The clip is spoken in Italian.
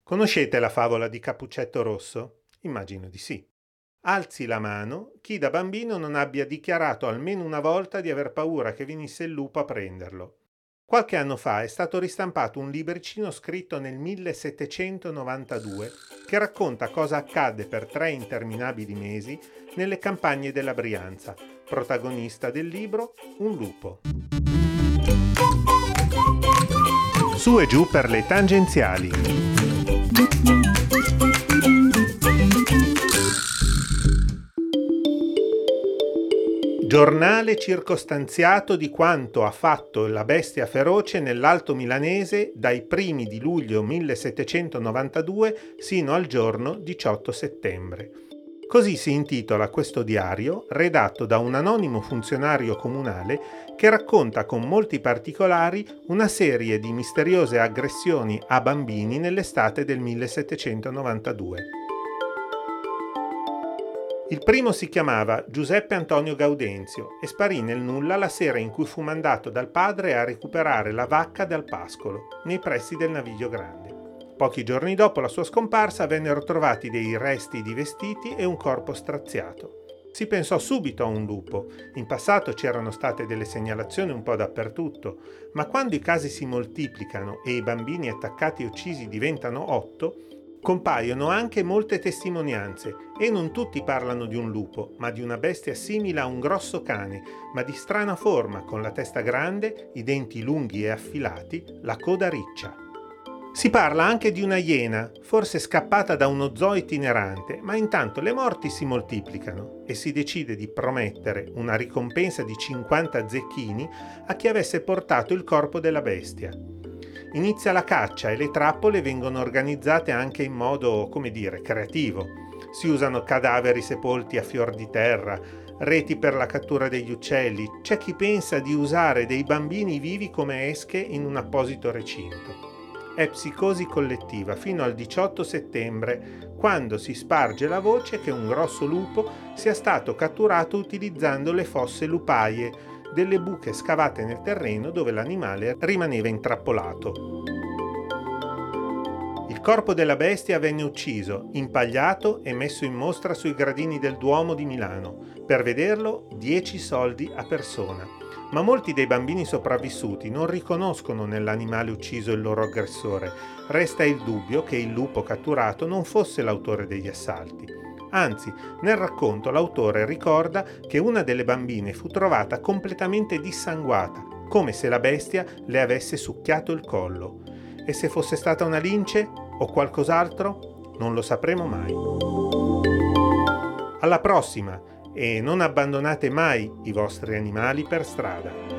Conoscete la favola di Cappuccetto Rosso? Immagino di sì. Alzi la mano chi da bambino non abbia dichiarato almeno una volta di aver paura che venisse il lupo a prenderlo. Qualche anno fa è stato ristampato un libricino scritto nel 1792 che racconta cosa accadde per 3 interminabili mesi nelle campagne della Brianza. Protagonista del libro, un lupo. Su e giù per le tangenziali. Giornale circostanziato di quanto ha fatto la bestia feroce nell'Alto Milanese dai primi di luglio 1792 sino al giorno 18 settembre. Così si intitola questo diario, redatto da un anonimo funzionario comunale che racconta con molti particolari una serie di misteriose aggressioni a bambini nell'estate del 1792. Il primo si chiamava Giuseppe Antonio Gaudenzio e sparì nel nulla la sera in cui fu mandato dal padre a recuperare la vacca dal pascolo, nei pressi del Naviglio Grande. Pochi giorni dopo la sua scomparsa vennero trovati dei resti di vestiti e un corpo straziato. Si pensò subito a un lupo. In passato c'erano state delle segnalazioni un po' dappertutto, ma quando i casi si moltiplicano e i bambini attaccati e uccisi diventano 8, compaiono anche molte testimonianze e non tutti parlano di un lupo, ma di una bestia simile a un grosso cane, ma di strana forma, con la testa grande, i denti lunghi e affilati, la coda riccia. Si parla anche di una iena, forse scappata da uno zoo itinerante, ma intanto le morti si moltiplicano e si decide di promettere una ricompensa di 50 zecchini a chi avesse portato il corpo della bestia. Inizia la caccia e le trappole vengono organizzate anche in modo, creativo. Si usano cadaveri sepolti a fior di terra, reti per la cattura degli uccelli. C'è chi pensa di usare dei bambini vivi come esche in un apposito recinto. È psicosi collettiva fino al 18 settembre, quando si sparge la voce che un grosso lupo sia stato catturato utilizzando le fosse lupaie, delle buche scavate nel terreno dove l'animale rimaneva intrappolato. Il corpo della bestia venne ucciso, impagliato e messo in mostra sui gradini del Duomo di Milano. Per vederlo 10 soldi a persona. Ma molti dei bambini sopravvissuti non riconoscono nell'animale ucciso il loro aggressore. Resta il dubbio che il lupo catturato non fosse l'autore degli assalti. Anzi, nel racconto l'autore ricorda che una delle bambine fu trovata completamente dissanguata, come se la bestia le avesse succhiato il collo. E se fosse stata una lince o qualcos'altro? Non lo sapremo mai. Alla prossima! E non abbandonate mai i vostri animali per strada.